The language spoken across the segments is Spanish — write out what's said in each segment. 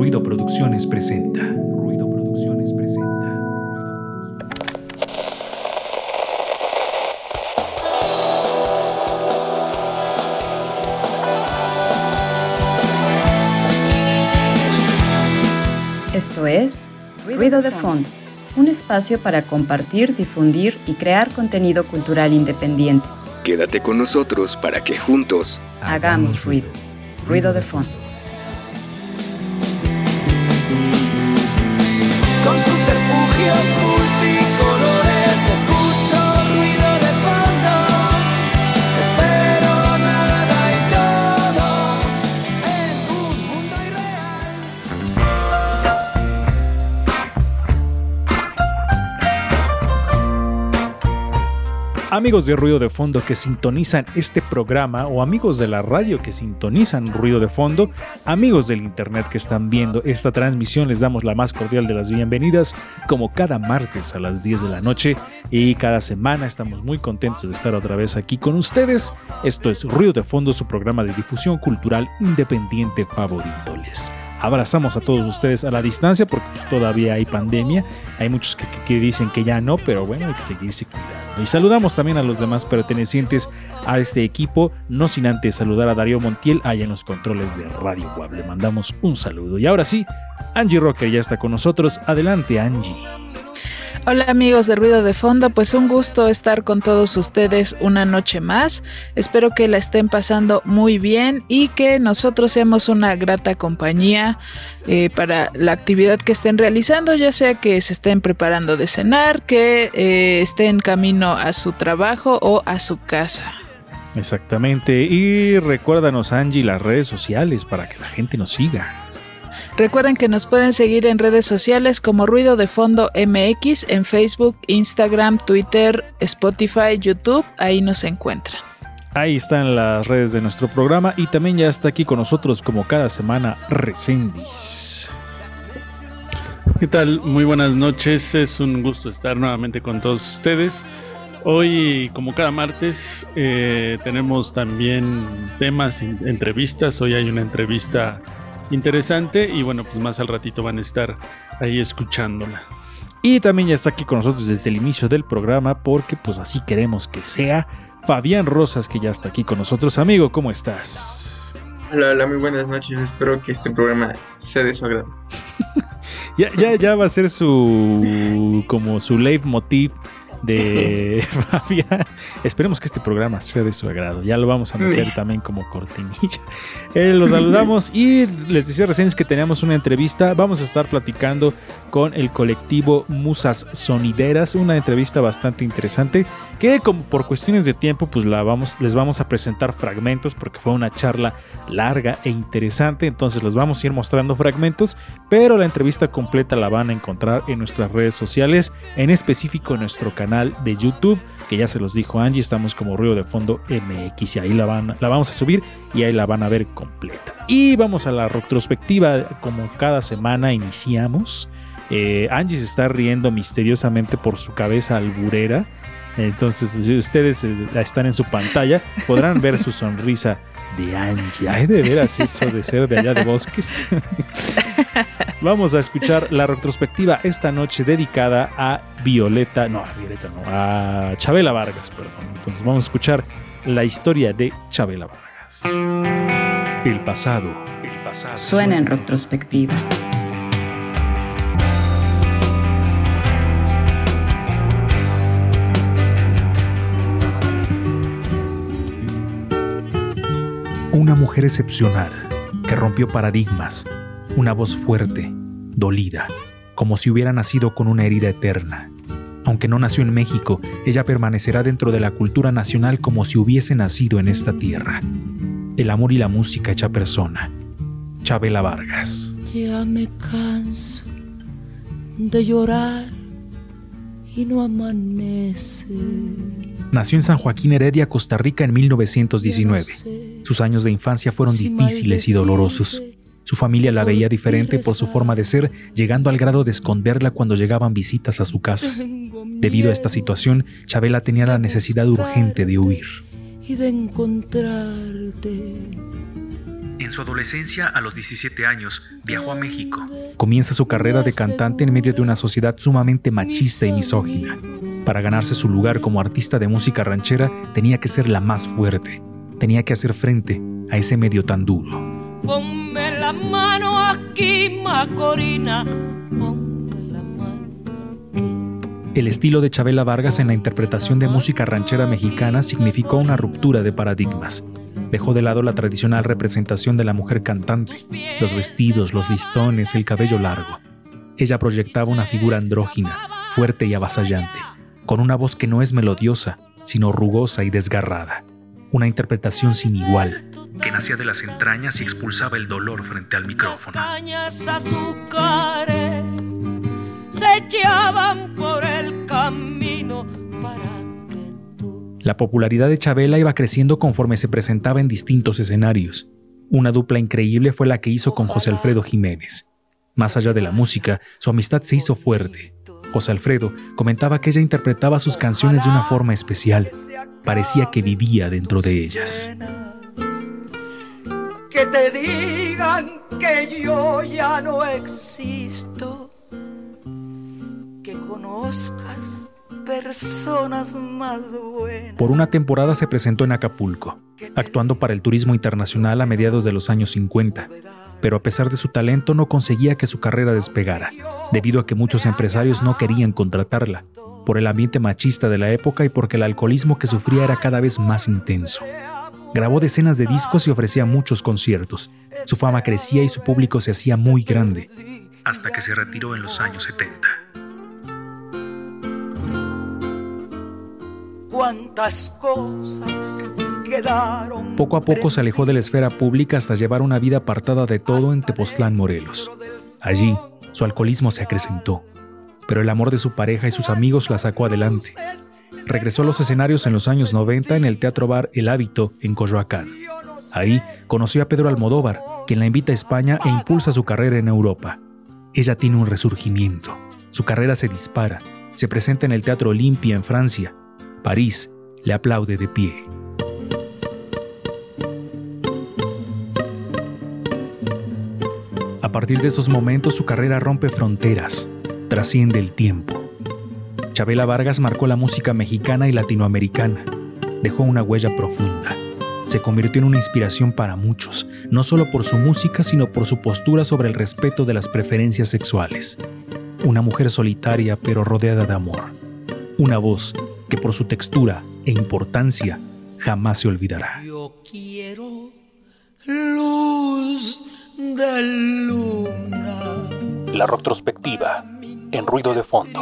Ruido Producciones presenta. Ruido Producciones presenta. Esto es Ruido de Fondo, un espacio para compartir, difundir y crear contenido cultural independiente. Quédate con nosotros para que juntos hagamos ruido. Ruido de Fondo. Con subterfugios multicolores escucho ruido de fondo. Espero nada y todo en un mundo irreal. Amigos de Ruido de Fondo que sintonizan este programa, o amigos de la radio que sintonizan Ruido de Fondo, amigos del internet que están viendo esta transmisión, les damos la más cordial de las bienvenidas, como cada martes a las 10 de la noche, y cada semana estamos muy contentos de estar otra vez aquí con ustedes. Esto es Ruido de Fondo, su programa de difusión cultural independiente favorito. Les abrazamos a todos ustedes a la distancia porque pues, todavía hay pandemia. Hay muchos que dicen que ya no, pero bueno, hay que seguirse cuidando. Y saludamos también a los demás pertenecientes a este equipo, no sin antes saludar a Darío Montiel allá en los controles de Radio WAP. Le mandamos un saludo. Y ahora sí, Angie Rocker ya está con nosotros. Adelante, Angie. Hola amigos de Ruido de Fondo, pues un gusto estar con todos ustedes una noche más. Espero que la estén pasando muy bien y que nosotros seamos una grata compañía para la actividad que estén realizando, ya sea que se estén preparando de cenar, que estén camino a su trabajo o a su casa. Exactamente, y recuérdanos, Angie, las redes sociales para que la gente nos siga. Recuerden que nos pueden seguir en redes sociales como Ruido de Fondo MX en Facebook, Instagram, Twitter, Spotify, YouTube, ahí nos encuentran. Ahí están las redes de nuestro programa y también ya está aquí con nosotros como cada semana Recendis. ¿Qué tal? Muy buenas noches, es un gusto estar nuevamente con todos ustedes. Hoy, como cada martes, tenemos también temas, entrevistas. Hoy hay una entrevista interesante y bueno, pues más al ratito van a estar ahí escuchándola. Y también ya está aquí con nosotros desde el inicio del programa, porque pues así queremos que sea, Fabián Rosas, que ya está aquí con nosotros. Amigo, ¿cómo estás? Hola, muy buenas noches, espero que este programa sea de su agrado. ya va a ser su leitmotiv de Fabián. Esperemos que este programa sea de su agrado. Ya lo vamos a meter también como cortinilla. Los saludamos y les decía recién que teníamos una entrevista. Vamos a estar platicando con el colectivo Musas Sonideras, una entrevista bastante interesante que como por cuestiones de tiempo pues les vamos a presentar fragmentos porque fue una charla larga e interesante, entonces les vamos a ir mostrando fragmentos, pero la entrevista completa la van a encontrar en nuestras redes sociales, en específico en nuestro canal de YouTube, que ya se los dijo Angie, estamos como Ruido de Fondo MX y ahí la vamos a subir y ahí la van a ver completa. Y vamos a la retrospectiva, como cada semana iniciamos. Angie se está riendo misteriosamente por su cabeza alburera, entonces si ustedes están en su pantalla podrán ver su sonrisa de Angie. Ay, de veras eso de ser de allá de Bosques. Vamos a escuchar la retrospectiva esta noche dedicada a a Chabela Vargas, perdón. Entonces vamos a escuchar la historia de Chabela Vargas. El pasado suena en retrospectiva. Una mujer excepcional que rompió paradigmas, una voz fuerte, dolida, como si hubiera nacido con una herida eterna. Aunque no nació en México, ella permanecerá dentro de la cultura nacional como si hubiese nacido en esta tierra. El amor y la música hecha persona. Chabela Vargas. Ya me canso de llorar y no amanece. Nació en San Joaquín Heredia, Costa Rica en 1919. Sus años de infancia fueron difíciles y dolorosos. Su familia la veía diferente por su forma de ser, llegando al grado de esconderla cuando llegaban visitas a su casa. Debido a esta situación, Chabela tenía la necesidad urgente de huir. Y de encontrarte. En su adolescencia, a los 17 años, viajó a México. Comienza su carrera de cantante en medio de una sociedad sumamente machista y misógina. Para ganarse su lugar como artista de música ranchera, tenía que ser la más fuerte. Tenía que hacer frente a ese medio tan duro. Ponme la mano aquí, Macorina. Ponme la mano aquí. El estilo de Chabela Vargas en la interpretación de música ranchera mexicana significó una ruptura de paradigmas. Dejó de lado la tradicional representación de la mujer cantante, los vestidos, los listones, el cabello largo. Ella proyectaba una figura andrógina, fuerte y avasallante, con una voz que no es melodiosa, sino rugosa y desgarrada. Una interpretación sin igual, que nacía de las entrañas y expulsaba el dolor frente al micrófono. Cañas azúcares se echaban por el camino para que tú. La popularidad de Chabela iba creciendo conforme se presentaba en distintos escenarios. Una dupla increíble fue la que hizo con José Alfredo Jiménez. Más allá de la música, su amistad se hizo fuerte. José Alfredo comentaba que ella interpretaba sus canciones de una forma especial. Parecía que vivía dentro de ellas. Que te digan que yo ya no existo, que conozcas personas más buenas. Por una temporada se presentó en Acapulco, actuando para el turismo internacional a mediados de los años 50. Pero a pesar de su talento no conseguía que su carrera despegara, debido a que muchos empresarios no querían contratarla, por el ambiente machista de la época y porque el alcoholismo que sufría era cada vez más intenso. Grabó decenas de discos y ofrecía muchos conciertos. Su fama crecía y su público se hacía muy grande, hasta que se retiró en los años 70. Cuántas cosas quedaron. Poco a poco se alejó de la esfera pública hasta llevar una vida apartada de todo en Tepoztlán, Morelos. Allí, su alcoholismo se acrecentó, pero el amor de su pareja y sus amigos la sacó adelante. Regresó a los escenarios en los años 90 en el Teatro Bar El Hábito en Coyoacán. Ahí conoció a Pedro Almodóvar, quien la invita a España e impulsa su carrera en Europa. Ella tiene un resurgimiento. Su carrera se dispara. Se presenta en el Teatro Olimpia en Francia. París le aplaude de pie. A partir de esos momentos su carrera rompe fronteras, trasciende el tiempo. Chabela Vargas marcó la música mexicana y latinoamericana. Dejó una huella profunda. Se convirtió en una inspiración para muchos, no solo por su música, sino por su postura sobre el respeto de las preferencias sexuales. Una mujer solitaria pero rodeada de amor. Una voz que por su textura e importancia jamás se olvidará. Yo quiero luz de luna. La retrospectiva en Ruido de Fondo.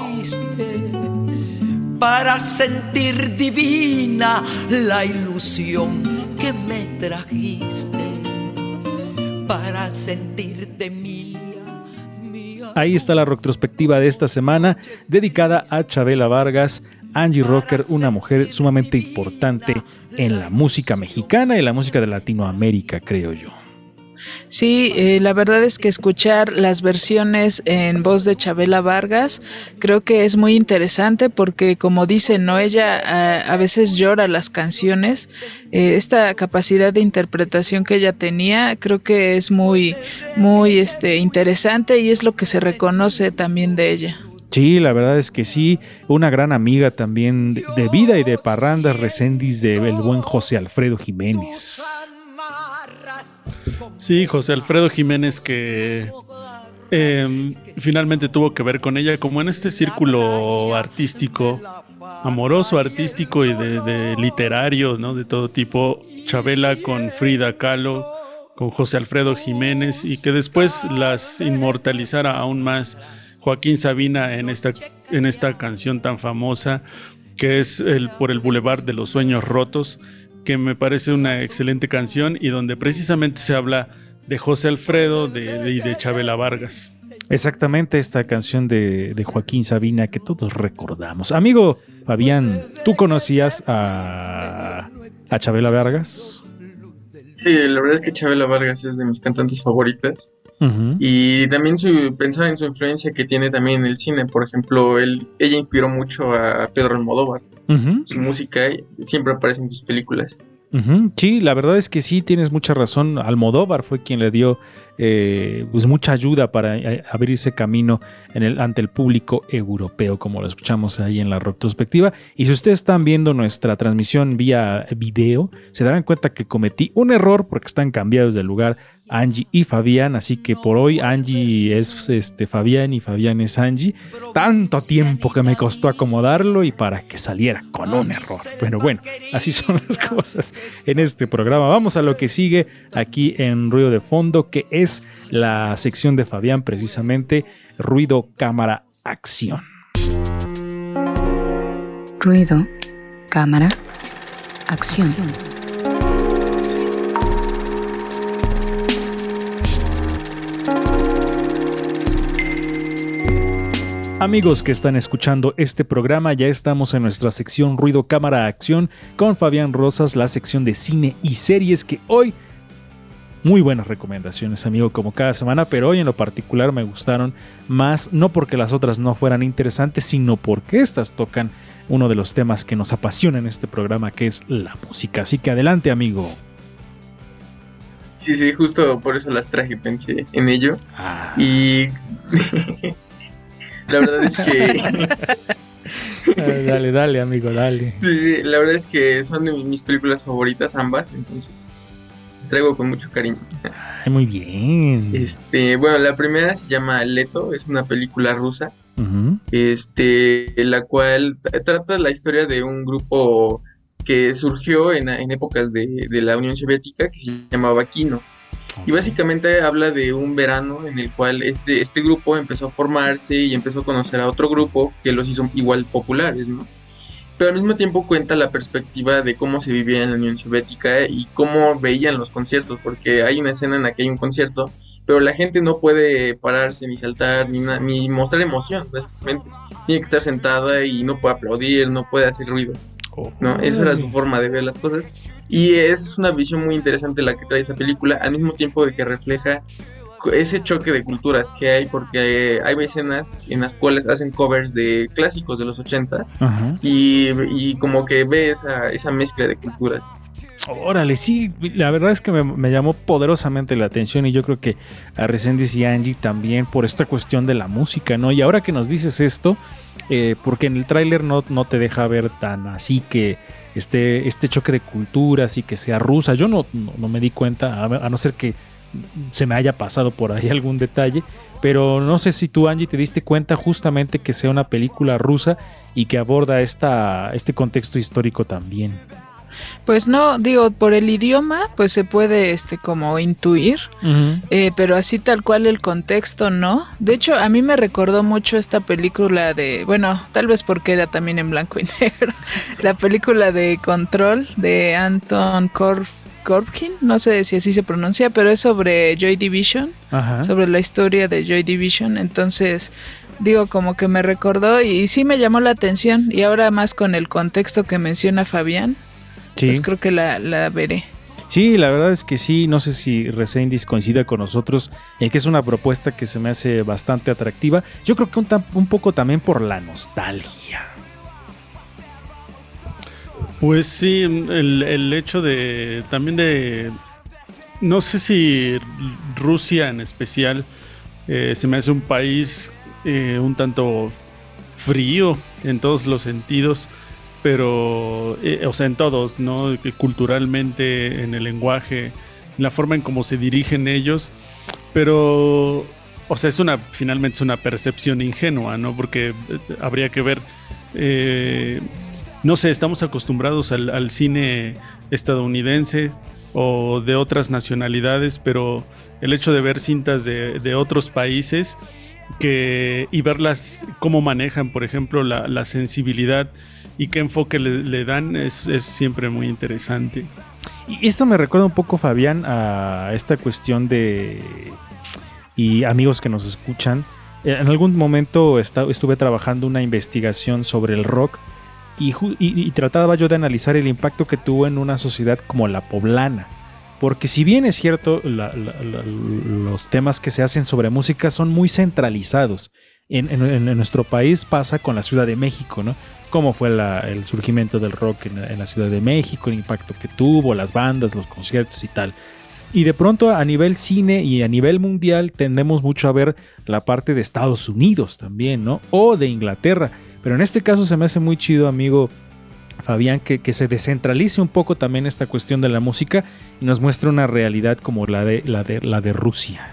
Para sentir divina la ilusión que me trajiste, para sentirte mía. Ahí está la retrospectiva de esta semana, dedicada a Chabela Vargas, Angie Rocker, una mujer sumamente importante en la música mexicana y la música de Latinoamérica, creo yo. Sí, la verdad es que escuchar las versiones en voz de Chabela Vargas creo que es muy interesante porque, como dicen, ¿no? Ella a veces llora las canciones. Esta capacidad de interpretación que ella tenía creo que es muy interesante y es lo que se reconoce también de ella. Sí, la verdad es que sí, una gran amiga también de vida y de parrandas Reséndiz del buen José Alfredo Jiménez. Sí, José Alfredo Jiménez que finalmente tuvo que ver con ella como en este círculo artístico, amoroso, artístico y de literario, ¿no? De todo tipo. Chabela con Frida Kahlo, con José Alfredo Jiménez y que después las inmortalizara aún más Joaquín Sabina en esta canción tan famosa que es Por el Boulevard de los Sueños Rotos, que me parece una excelente canción y donde precisamente se habla de José Alfredo y de Chabela Vargas. Exactamente, esta canción de Joaquín Sabina que todos recordamos. Amigo Fabián, ¿tú conocías a Chabela Vargas? Sí, la verdad es que Chabela Vargas es de mis cantantes favoritas. Uh-huh. Y también pensaba en su influencia que tiene también en el cine. Por ejemplo, ella inspiró mucho a Pedro Almodóvar. Uh-huh. Su música siempre aparece en sus películas. Sí, la verdad es que sí, tienes mucha razón. Almodóvar fue quien le dio pues mucha ayuda para abrirse camino ante el público europeo, como lo escuchamos ahí en la retrospectiva. Y si ustedes están viendo nuestra transmisión vía video, se darán cuenta que cometí un error porque están cambiados de lugar Angie y Fabián, así que por hoy Angie es Fabián y Fabián es Angie. Tanto tiempo que me costó acomodarlo y para que saliera con un error. Pero bueno, así son las cosas en este programa. Vamos a lo que sigue aquí en Ruido de Fondo, que es la sección de Fabián, precisamente Ruido, Cámara, Acción. Ruido, cámara, acción. Amigos que están escuchando este programa, ya estamos en nuestra sección Ruido, Cámara, Acción con Fabián Rosas, la sección de cine y series que hoy, muy buenas recomendaciones, amigo, como cada semana, pero hoy en lo particular me gustaron más, no porque las otras no fueran interesantes, sino porque estas tocan uno de los temas que nos apasiona en este programa, que es la música. Así que adelante, amigo. Sí, justo por eso las traje, pensé en ello. Y la verdad es que... Dale, amigo, dale. Sí, la verdad es que son de mis películas favoritas ambas, entonces las traigo con mucho cariño. Ay, muy bien. Bueno, la primera se llama Leto, es una película rusa, la cual trata la historia de un grupo que surgió en épocas de la Unión Soviética, que se llamaba Kino. Y básicamente habla de un verano en el cual este grupo empezó a formarse y empezó a conocer a otro grupo que los hizo igual populares, ¿no? Pero al mismo tiempo cuenta la perspectiva de cómo se vivía en la Unión Soviética y cómo veían los conciertos, porque hay una escena en la que hay un concierto, pero la gente no puede pararse ni saltar ni mostrar emoción, básicamente. Tiene que estar sentada y no puede aplaudir, no puede hacer ruido. No, esa era su forma de ver las cosas. Y es una visión muy interesante la que trae esa película, al mismo tiempo de que refleja ese choque de culturas que hay, porque hay escenas en las cuales hacen covers de clásicos de los 80 y como que ve esa mezcla de culturas. Órale, sí, la verdad es que me llamó poderosamente la atención y yo creo que a Reséndiz y Angie también por esta cuestión de la música, ¿no? Y ahora que nos dices esto, porque en el tráiler no te deja ver tan así que este choque de culturas y que sea rusa, yo no me di cuenta, a no ser que se me haya pasado por ahí algún detalle, pero no sé si tú, Angie, te diste cuenta justamente que sea una película rusa y que aborda este contexto histórico también. Pues no, digo, por el idioma pues se puede como intuir, pero así tal cual el contexto no. De hecho, a mí me recordó mucho esta película de, bueno, tal vez porque era también en blanco y negro, la película de Control de Anton Corbijn, no sé si así se pronuncia, pero es sobre Joy Division, sobre la historia de Joy Division, entonces... Digo, como que me recordó y sí me llamó la atención, y ahora más con el contexto que menciona Fabián, sí. Pues creo que la veré. Sí, la verdad es que sí, no sé si Reséndiz coincida con nosotros en que es una propuesta que se me hace bastante atractiva. Yo creo que un poco también por la nostalgia. Pues sí, el hecho de también de, no sé si Rusia en especial se me hace un país un tanto frío en todos los sentidos, pero, o sea, en todos, ¿no? Culturalmente, en el lenguaje, en la forma en cómo se dirigen ellos, pero, o sea, finalmente es una percepción ingenua, ¿no? Porque habría que ver, no sé, estamos acostumbrados al cine estadounidense o de otras nacionalidades, pero el hecho de ver cintas de otros países y verlas cómo manejan, por ejemplo, la sensibilidad y qué enfoque le dan es siempre muy interesante. Y esto me recuerda un poco, Fabián, a esta cuestión y amigos que nos escuchan, en algún momento estuve trabajando una investigación sobre el rock y trataba yo de analizar el impacto que tuvo en una sociedad como la poblana. Porque si bien es cierto, los temas que se hacen sobre música son muy centralizados, en nuestro país pasa con la Ciudad de México, ¿no? Cómo fue el surgimiento del rock en la Ciudad de México, el impacto que tuvo, las bandas, los conciertos y tal. Y de pronto a nivel cine y a nivel mundial tendemos mucho a ver la parte de Estados Unidos también, ¿no? O de Inglaterra. Pero en este caso se me hace muy chido, amigo Fabián, que se descentralice un poco también esta cuestión de la música y nos muestre una realidad como la de Rusia.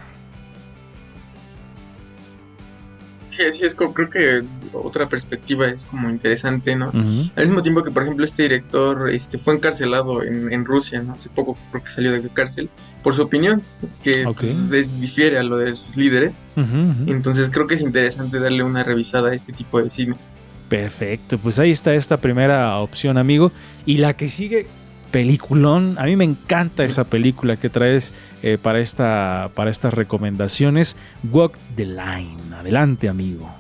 Sí, así es, creo que otra perspectiva es como interesante, ¿no? Uh-huh. Al mismo tiempo que, por ejemplo, este director fue encarcelado en Rusia, ¿no? Hace poco creo que salió de cárcel por su opinión, que pues, difiere a lo de sus líderes. Uh-huh, uh-huh. Entonces creo que es interesante darle una revisada a este tipo de cine. Perfecto, pues ahí está esta primera opción, amigo. Y la que sigue, peliculón. A mí me encanta esa película que traes para estas recomendaciones. Walk the Line. Adelante, amigo.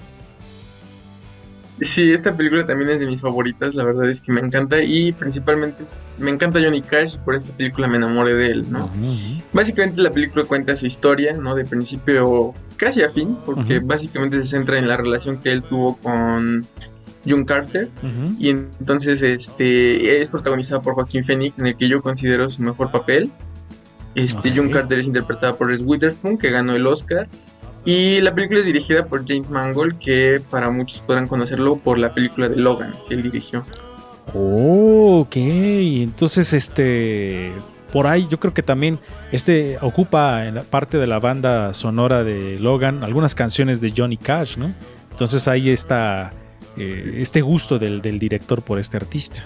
Sí, esta película también es de mis favoritas. La verdad es que me encanta. Y principalmente me encanta Johnny Cash. Por esta película me enamoré de él, ¿no? Uh-huh. Básicamente la película cuenta su historia, ¿no? De principio casi a fin. Porque uh-huh. básicamente se centra en la relación que él tuvo con June Carter. Uh-huh. Y entonces es protagonizada por Joaquín Phoenix, en el que yo considero su mejor papel. Okay. June Carter es interpretada por Reese Witherspoon, que ganó el Oscar. Y la película es dirigida por James Mangold, que para muchos podrán conocerlo por la película de Logan, que él dirigió. Oh, ok. Entonces, por ahí yo creo que también ocupa en la parte de la banda sonora de Logan algunas canciones de Johnny Cash, ¿no? Entonces ahí está este gusto del director por este artista.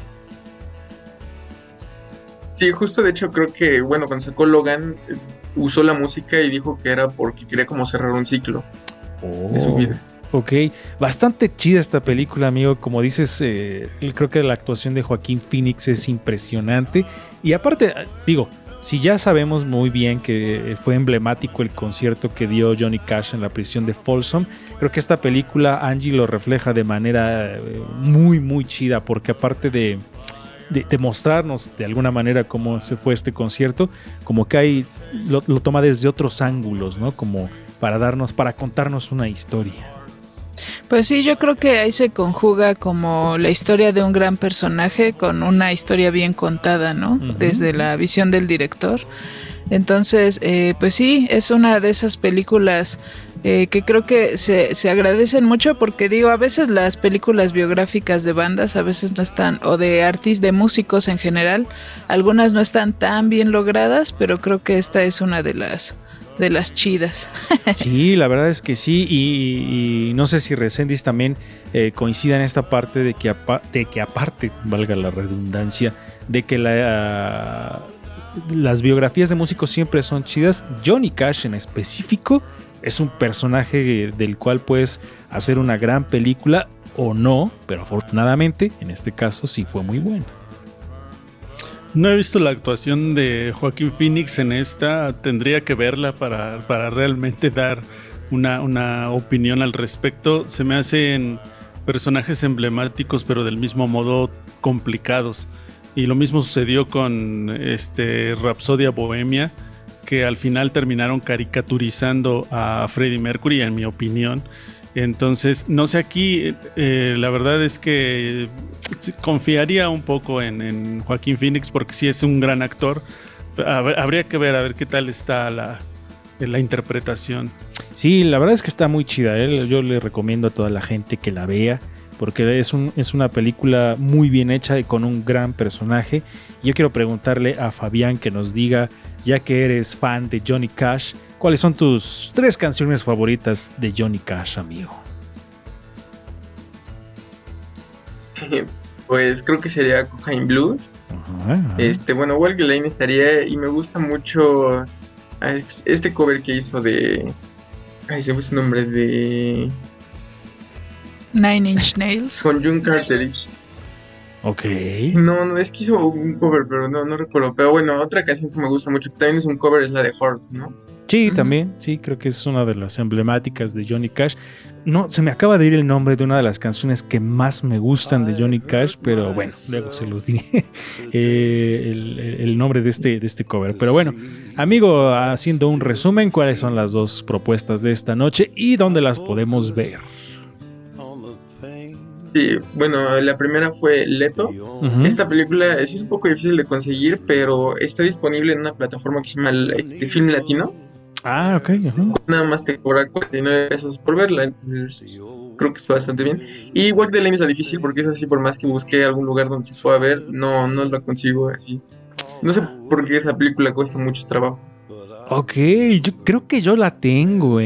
Sí, justo de hecho creo que, bueno, cuando sacó Logan, usó la música y dijo que era porque quería como cerrar un ciclo de su vida. Ok, bastante chida esta película, amigo. Como dices, creo que la actuación de Joaquín Phoenix es impresionante. Y aparte, digo, si ya sabemos muy bien que fue emblemático el concierto que dio Johnny Cash en la prisión de Folsom, creo que esta película Angie lo refleja de manera muy, muy chida, porque aparte de mostrarnos de alguna manera cómo se fue este concierto, como que lo toma desde otros ángulos, ¿no? Como para contarnos una historia. Pues sí, yo creo que ahí se conjuga como la historia de un gran personaje con una historia bien contada, ¿no? Uh-huh. Desde la visión del director. Entonces, pues sí, es una de esas películas que creo que se agradecen mucho, porque digo, a veces las películas biográficas de bandas a veces no están, o de artistas, de músicos en general, algunas no están tan bien logradas, pero creo que esta es una de las chidas. Sí, la verdad es que sí, y no sé si Reséndiz también coincida en esta parte de que aparte, valga la redundancia, de que las biografías de músicos siempre son chidas. Johnny Cash en específico es un personaje del cual puedes hacer una gran película o no, pero afortunadamente en este caso sí fue muy buena. No he visto la actuación de Joaquín Phoenix en esta, tendría que verla para realmente dar una opinión al respecto. Se me hacen personajes emblemáticos, pero del mismo modo complicados. Y lo mismo sucedió con Rapsodia Bohemia, que al final terminaron caricaturizando a Freddie Mercury, en mi opinión. Entonces, no sé, aquí la verdad es que confiaría un poco en Joaquín Phoenix, porque sí es un gran actor. Habría que ver a ver qué tal está la interpretación. Sí, la verdad es que está muy chida. Yo le recomiendo a toda la gente que la vea, porque es una película muy bien hecha y con un gran personaje. Yo quiero preguntarle a Fabián que nos diga, ya que eres fan de Johnny Cash, ¿cuáles son tus 3 canciones favoritas de Johnny Cash, amigo? Pues creo que sería Cocaine Blues. Uh-huh. Bueno, Walk the Line estaría, y me gusta mucho este cover que hizo de... se me fue su nombre, de... Nine Inch Nails. Con June Carter. Ok. No, es que hizo un cover, pero no recuerdo. Pero bueno, otra canción que me gusta mucho, que también es un cover, es la de Heart, ¿no? Sí, también, sí, creo que es una de las emblemáticas de Johnny Cash. No, se me acaba de ir el nombre de una de las canciones que más me gustan de Johnny Cash, pero bueno, luego se los diré el nombre de este cover. Pero bueno, amigo, haciendo un resumen, ¿cuáles son las dos propuestas de esta noche y dónde las podemos ver? Sí, bueno, la primera fue Leto. Uh-huh. Esta película sí es un poco difícil de conseguir, pero está disponible en una plataforma que se llama Film Latino. Ah, ok. Uh-huh. Nada más te cobra 49 pesos por verla, entonces creo que está bastante bien. Y Walk the Line es la difícil porque es así, por más que busqué algún lugar donde se pueda ver, no la consigo así. No sé por qué esa película cuesta mucho trabajo. Ok, yo creo que yo la tengo,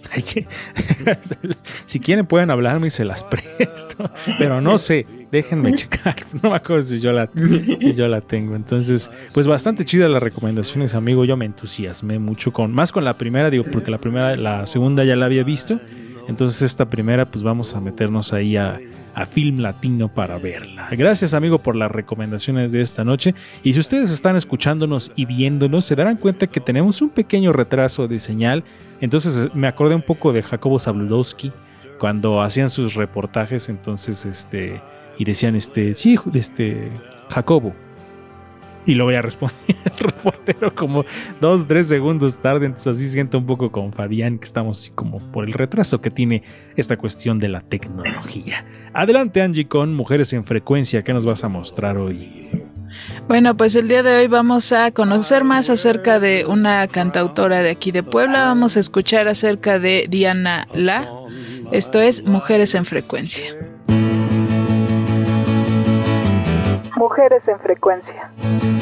Si quieren pueden hablarme y se las presto, pero no sé, déjenme checar, no me acuerdo si yo la tengo. Entonces, pues bastante chidas las recomendaciones, amigo. Yo me entusiasmé mucho más con la primera, digo, porque la segunda ya la había visto. Entonces esta primera, pues vamos a meternos ahí a Film Latino para verla. Gracias, amigo, por las recomendaciones de esta noche. Y si ustedes están escuchándonos y viéndonos, se darán cuenta que tenemos un pequeño retraso de señal. Entonces me acordé un poco de Jacobo Zabludowski cuando hacían sus reportajes. Entonces, y decían, sí, Jacobo. Y lo voy a responder el reportero como 2-3 segundos tarde. Entonces así siento un poco con Fabián que estamos así como por el retraso que tiene esta cuestión de la tecnología. Adelante, Angie, con Mujeres en Frecuencia. ¿Qué nos vas a mostrar hoy? Bueno, pues el día de hoy vamos a conocer más acerca de una cantautora de aquí de Puebla. Vamos a escuchar acerca de Diana La. Esto es Mujeres en Frecuencia. Mujeres en Frecuencia.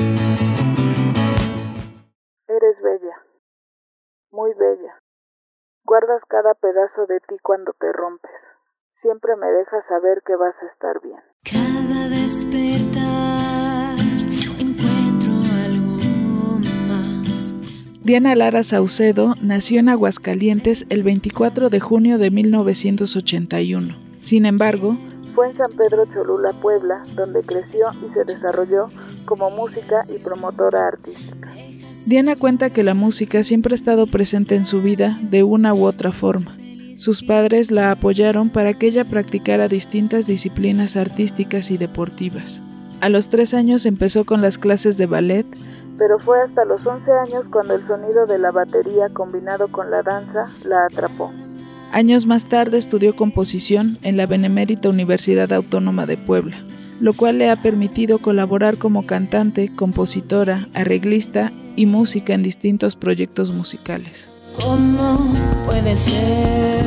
Eres bella, muy bella. Guardas cada pedazo de ti cuando te rompes. Siempre me dejas saber que vas a estar bien. Cada despertar encuentro algo más. Diana Lara Saucedo nació en Aguascalientes el 24 de junio de 1981. Sin embargo, fue en San Pedro Cholula, Puebla, donde creció y se desarrolló como música y promotora artística. Diana cuenta que la música siempre ha estado presente en su vida de una u otra forma. Sus padres la apoyaron para que ella practicara distintas disciplinas artísticas y deportivas. A los 3 años empezó con las clases de ballet, pero fue hasta los 11 años cuando el sonido de la batería combinado con la danza la atrapó. Años más tarde estudió composición en la Benemérita Universidad Autónoma de Puebla, lo cual le ha permitido colaborar como cantante, compositora, arreglista y música en distintos proyectos musicales. ¿Cómo puede ser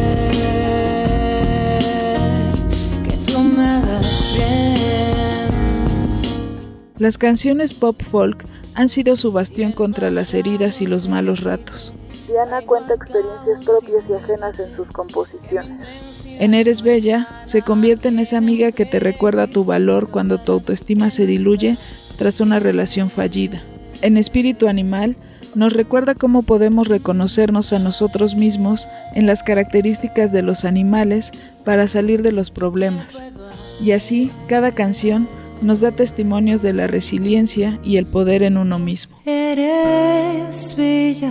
que tú me hagas bien? Las canciones pop folk han sido su bastión contra las heridas y los malos ratos. Diana cuenta experiencias propias y ajenas en sus composiciones. En Eres Bella, se convierte en esa amiga que te recuerda tu valor cuando tu autoestima se diluye tras una relación fallida. En Espíritu Animal, nos recuerda cómo podemos reconocernos a nosotros mismos en las características de los animales para salir de los problemas. Y así, cada canción nos da testimonios de la resiliencia y el poder en uno mismo. Eres bella.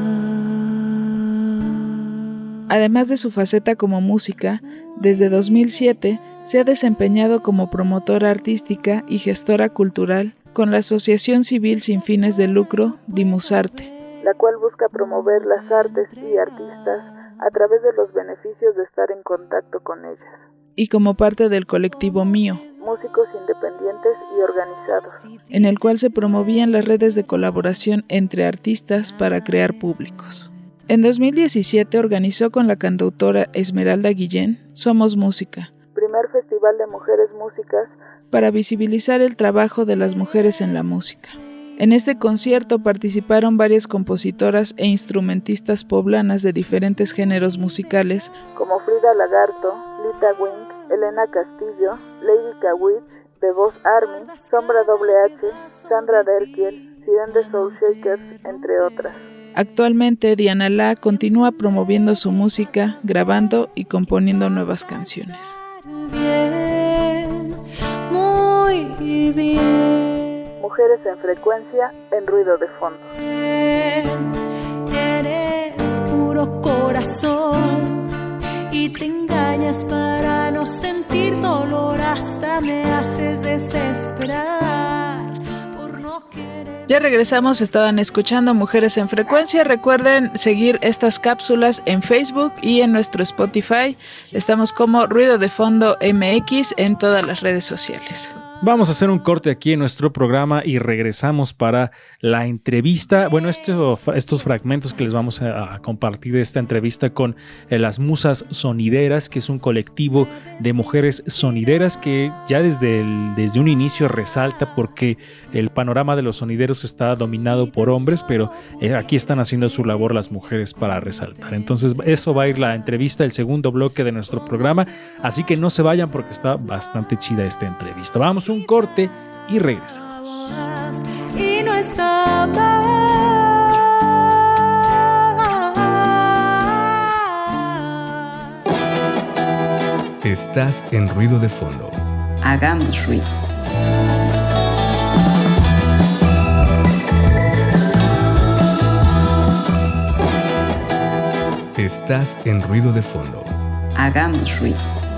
Además de su faceta como música, desde 2007 se ha desempeñado como promotora artística y gestora cultural con la Asociación Civil Sin Fines de Lucro Dimusarte, la cual busca promover las artes y artistas a través de los beneficios de estar en contacto con ellas. Y como parte del colectivo Mío, músicos independientes y organizados, en el cual se promovían las redes de colaboración entre artistas para crear públicos. En 2017 organizó con la cantautora Esmeralda Guillén Somos Música, primer festival de mujeres músicas, para visibilizar el trabajo de las mujeres en la música. En este concierto participaron varias compositoras e instrumentistas poblanas de diferentes géneros musicales, como Frida Lagarto, Lita Wink, Elena Castillo, Lady Kawich, The Boss Army, Sombra H, Sandra Derkiel, Siren de Soul Shakers, entre otras. Actualmente Diana La continúa promoviendo su música, grabando y componiendo nuevas canciones. Bien, muy bien. Mujeres en Frecuencia en Ruido de Fondo. Bien, solo corazón y te engañas para no sentir dolor, hasta me haces desesperar por no querer. Ya regresamos, estaban escuchando Mujeres en Frecuencia. Recuerden seguir estas cápsulas en Facebook y en nuestro Spotify. Estamos como Ruido de Fondo MX en todas las redes sociales. Vamos a hacer un corte aquí en nuestro programa y regresamos para la entrevista. Bueno, estos fragmentos que les vamos a compartir de esta entrevista con las Musas Sonideras, que es un colectivo de mujeres sonideras que ya desde un inicio resalta porque el panorama de los sonideros está dominado por hombres, pero aquí están haciendo su labor las mujeres para resaltar. Entonces eso va a ir la entrevista, el segundo bloque de nuestro programa, así que no se vayan porque está bastante chida esta entrevista. Vamos un corte y regresamos. Y no está mal. Estás en Ruido de Fondo. Hagamos ruido. Estás en Ruido de Fondo. Hagamos ruido.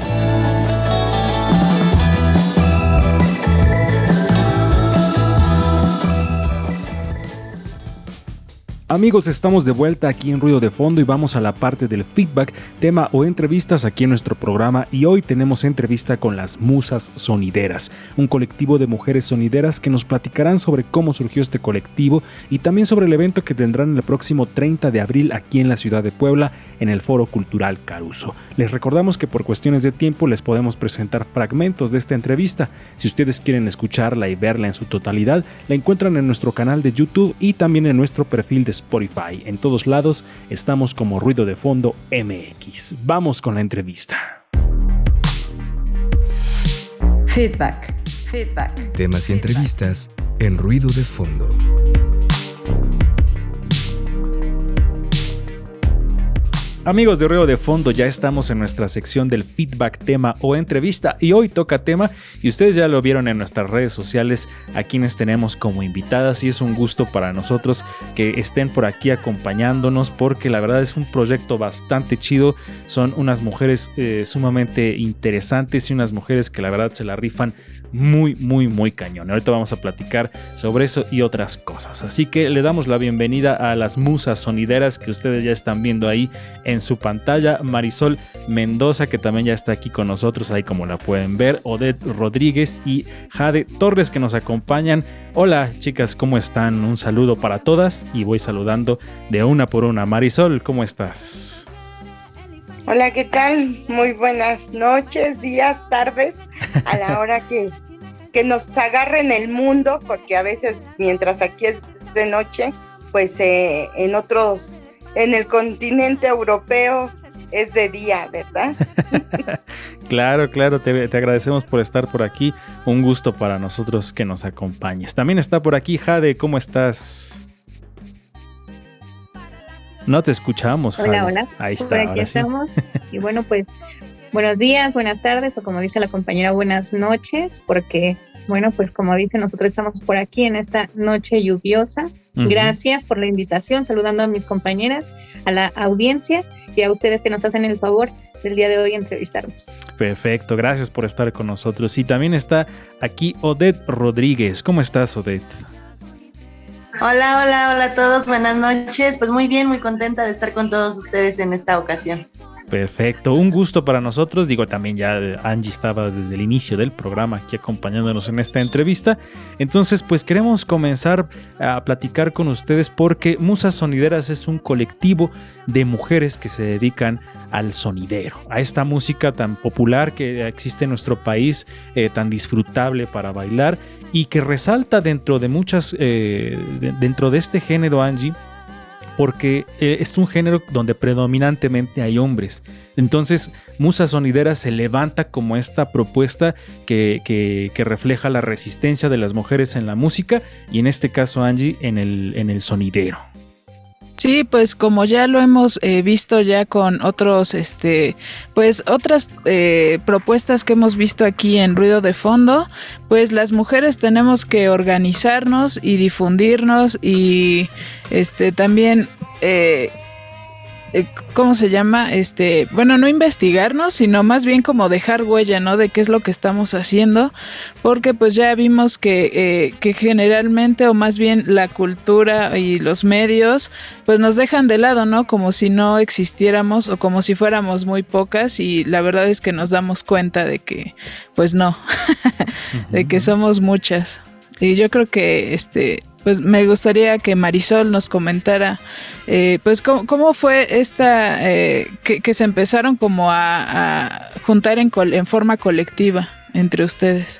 Amigos, estamos de vuelta aquí en Ruido de Fondo y vamos a la parte del feedback, tema o entrevistas aquí en nuestro programa, y hoy tenemos entrevista con las Musas Sonideras, un colectivo de mujeres sonideras que nos platicarán sobre cómo surgió este colectivo y también sobre el evento que tendrán el próximo 30 de abril aquí en la ciudad de Puebla en el Foro Cultural Caruso. Les recordamos que por cuestiones de tiempo les podemos presentar fragmentos de esta entrevista. Si ustedes quieren escucharla y verla en su totalidad, la encuentran en nuestro canal de YouTube y también en nuestro perfil de Spotify. En todos lados estamos como Ruido de Fondo MX. Vamos con la entrevista. Feedback. Temas y entrevistas en Ruido de Fondo. Amigos de Ruido de Fondo, ya estamos en nuestra sección del feedback, tema o entrevista, y hoy toca tema y ustedes ya lo vieron en nuestras redes sociales a quienes tenemos como invitadas, y es un gusto para nosotros que estén por aquí acompañándonos porque la verdad es un proyecto bastante chido. Son unas mujeres sumamente interesantes y unas mujeres que la verdad se la rifan muy cañón. Ahorita vamos a platicar sobre eso y otras cosas, así que le damos la bienvenida a las Musas Sonideras que ustedes ya están viendo ahí en su pantalla. Marisol Mendoza, que también ya está aquí con nosotros, ahí como la pueden ver, Odette Rodríguez y Jade Torres, que nos acompañan. Hola chicas, ¿cómo están? Un saludo para todas y voy saludando de una por una. Marisol, ¿cómo estás? Hola, ¿qué tal? Muy buenas noches, días, tardes, a la hora que nos agarren el mundo, porque a veces mientras aquí es de noche, pues en el continente europeo es de día, ¿verdad? Claro, te agradecemos por estar por aquí, un gusto para nosotros que nos acompañes. También está por aquí Jade, ¿cómo estás? No te escuchamos, Jade. Hola. Ahí está. Por aquí estamos. Sí. Y bueno, pues buenos días, buenas tardes, o como dice la compañera, buenas noches, porque bueno, pues como dice, nosotros estamos por aquí en esta noche lluviosa. Uh-huh. Gracias por la invitación, saludando a mis compañeras, a la audiencia y a ustedes que nos hacen el favor del día de hoy entrevistarnos. Perfecto, gracias por estar con nosotros. Y también está aquí Odette Rodríguez. ¿Cómo estás, Odette? Hola a todos, buenas noches. Pues muy bien, muy contenta de estar con todos ustedes en esta ocasión. Perfecto, un gusto para nosotros. Digo, también ya Angie estaba desde el inicio del programa aquí acompañándonos en esta entrevista. Entonces, pues queremos comenzar a platicar con ustedes porque Musas Sonideras es un colectivo de mujeres que se dedican al sonidero, a esta música tan popular que existe en nuestro país, tan disfrutable para bailar y que resalta dentro de muchas, dentro de este género, Angie, porque es un género donde predominantemente hay hombres. Entonces, Musas Sonideras se levanta como esta propuesta que refleja la resistencia de las mujeres en la música y en este caso, Angie, en el sonidero. Sí, pues como ya lo hemos visto ya con otros, pues otras propuestas que hemos visto aquí en Ruido de Fondo, pues las mujeres tenemos que organizarnos y difundirnos y también ¿cómo se llama? Bueno, no investigarnos, sino más bien como dejar huella, ¿no? De qué es lo que estamos haciendo, porque pues ya vimos que generalmente, o más bien la cultura y los medios, pues nos dejan de lado, ¿no? Como si no existiéramos o como si fuéramos muy pocas, y la verdad es que nos damos cuenta de que, pues no, de que somos muchas. Y yo creo que pues me gustaría que Marisol nos comentara pues cómo fue esta que se empezaron como a juntar en forma colectiva entre ustedes.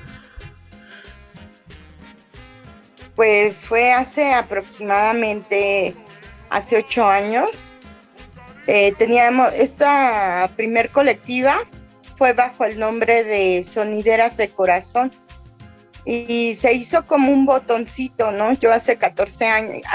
Pues fue aproximadamente hace 8 años. Teníamos esta primer colectiva, fue bajo el nombre de Sonideras de Corazón. Y se hizo como un botoncito, ¿no? Yo hace 14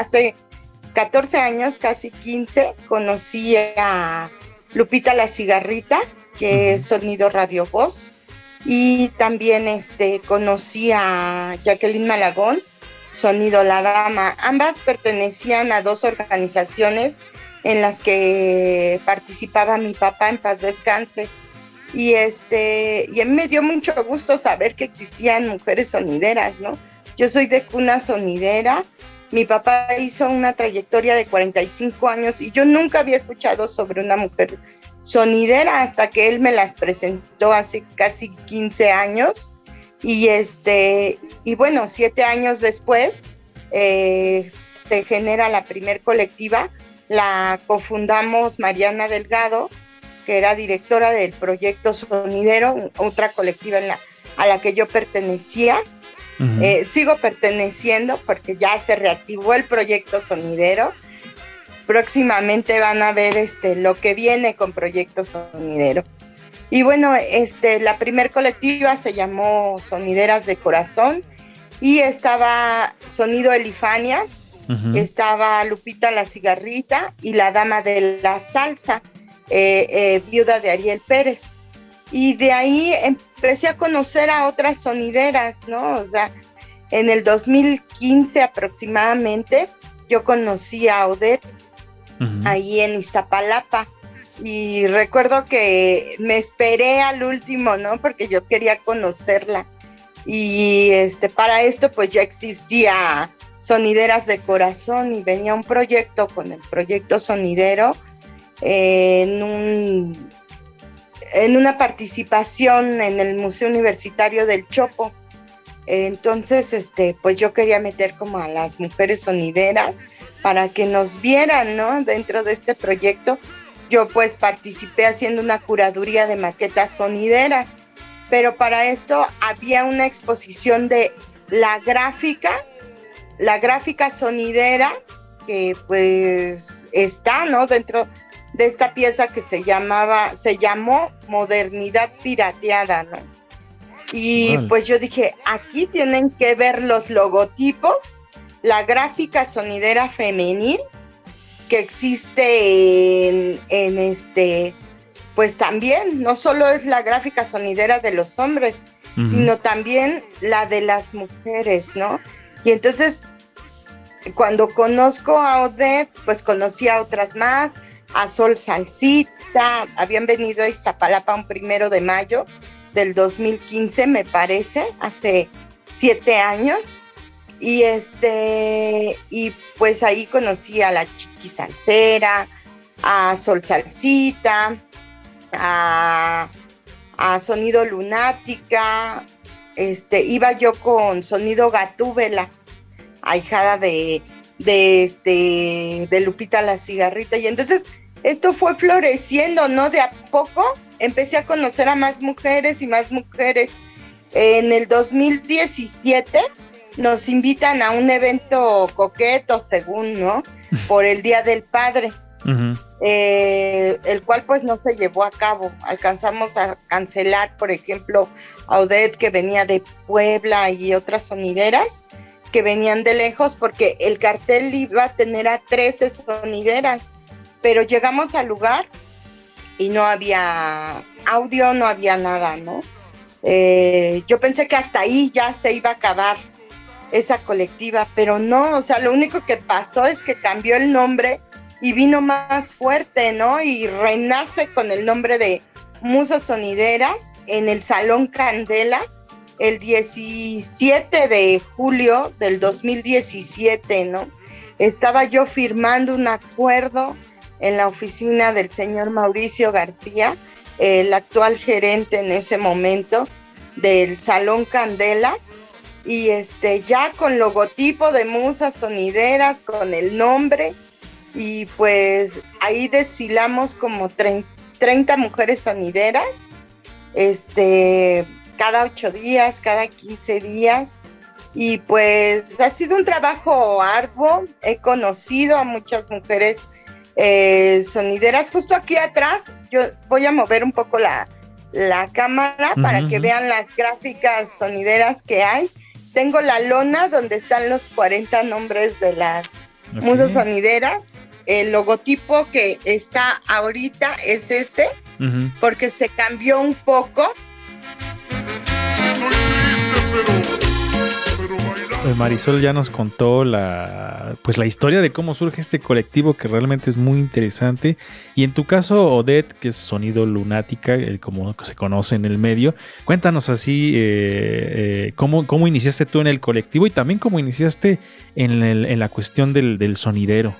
años, casi 15, conocí a Lupita la Cigarrita, que es Sonido Radio Voz, y también conocí a Jacqueline Malagón, Sonido La Dama. Ambas pertenecían a 2 organizaciones en las que participaba mi papá, en paz descanse. Y a mí me dio mucho gusto saber que existían mujeres sonideras, ¿no? Yo soy de cuna sonidera. Mi papá hizo una trayectoria de 45 años y yo nunca había escuchado sobre una mujer sonidera hasta que él me las presentó hace casi 15 años. Y bueno, 7 años después se genera la primer colectiva. La cofundamos Mariana Delgado, que era directora del proyecto Sonidero, otra colectiva a la que yo pertenecía. Uh-huh. Sigo perteneciendo porque ya se reactivó el proyecto Sonidero. Próximamente van a ver lo que viene con proyecto Sonidero. Y bueno, la primer colectiva se llamó Sonideras de Corazón y estaba Sonido Elifania, uh-huh. Estaba Lupita la Cigarrita y la Dama de la Salsa, viuda de Ariel Pérez. Y de ahí empecé a conocer a otras sonideras, ¿no? O sea, en el 2015 aproximadamente, yo conocí a Odette, uh-huh. ahí en Iztapalapa. Y recuerdo que me esperé al último, ¿no? Porque yo quería conocerla. Y para esto, pues ya existía Sonideras de Corazón y venía un proyecto con el proyecto Sonidero, en una participación en el Museo Universitario del Chopo. Entonces, pues yo quería meter como a las mujeres sonideras para que nos vieran, ¿no? Dentro de este proyecto. Yo pues participé haciendo una curaduría de maquetas sonideras, pero para esto había una exposición de la gráfica sonidera, que pues está, ¿no? Dentro de esta pieza que se llamó Modernidad Pirateada, ¿no? Y vale. Pues yo dije, aquí tienen que ver los logotipos, la gráfica sonidera femenil que existe pues también, no solo es la gráfica sonidera de los hombres, uh-huh. sino también la de las mujeres, ¿no? Y entonces, cuando conozco a Odette, pues conocí a otras más, a Sol Salsita, habían venido a Iztapalapa un 1 de mayo del 2015, me parece, hace 7 años, y pues ahí conocí a la Chiqui Salsera, a Sol Salsita, a Sonido Lunática, iba yo con Sonido Gatúbela, ahijada de Lupita la Cigarrita, y entonces esto fue floreciendo, ¿no? De a poco empecé a conocer a más mujeres y más mujeres. En el 2017 nos invitan a un evento coqueto, según, ¿no? Por el Día del Padre, uh-huh. El cual pues no se llevó a cabo. Alcanzamos a cancelar, por ejemplo, a Odette, que venía de Puebla, y otras sonideras que venían de lejos, porque el cartel iba a tener a 13 sonideras, pero llegamos al lugar y no había audio, no había nada, ¿no? Yo pensé que hasta ahí ya se iba a acabar esa colectiva, pero no, o sea, lo único que pasó es que cambió el nombre y vino más fuerte, ¿no? Y renace con el nombre de Musas Sonideras en el Salón Candela el 17 de julio del 2017, ¿no? Estaba yo firmando un acuerdo en la oficina del señor Mauricio García, el actual gerente en ese momento del Salón Candela, y ya con logotipo de Musas Sonideras, con el nombre, y pues ahí desfilamos como 30 mujeres sonideras, cada 8 días, cada 15 días, y pues ha sido un trabajo arduo. He conocido a muchas mujeres sonideras. Justo aquí atrás, yo voy a mover un poco la cámara para que vean las gráficas sonideras que hay. Tengo la lona donde están los 40 nombres de las musas sonideras. El logotipo que está ahorita es ese, porque se cambió un poco. Marisol ya nos contó la historia de cómo surge este colectivo, que realmente es muy interesante. Y en tu caso, Odette, que es Sonido Lunática, como se conoce en el medio, cuéntanos así cómo iniciaste tú en el colectivo y también cómo iniciaste en la cuestión del sonidero.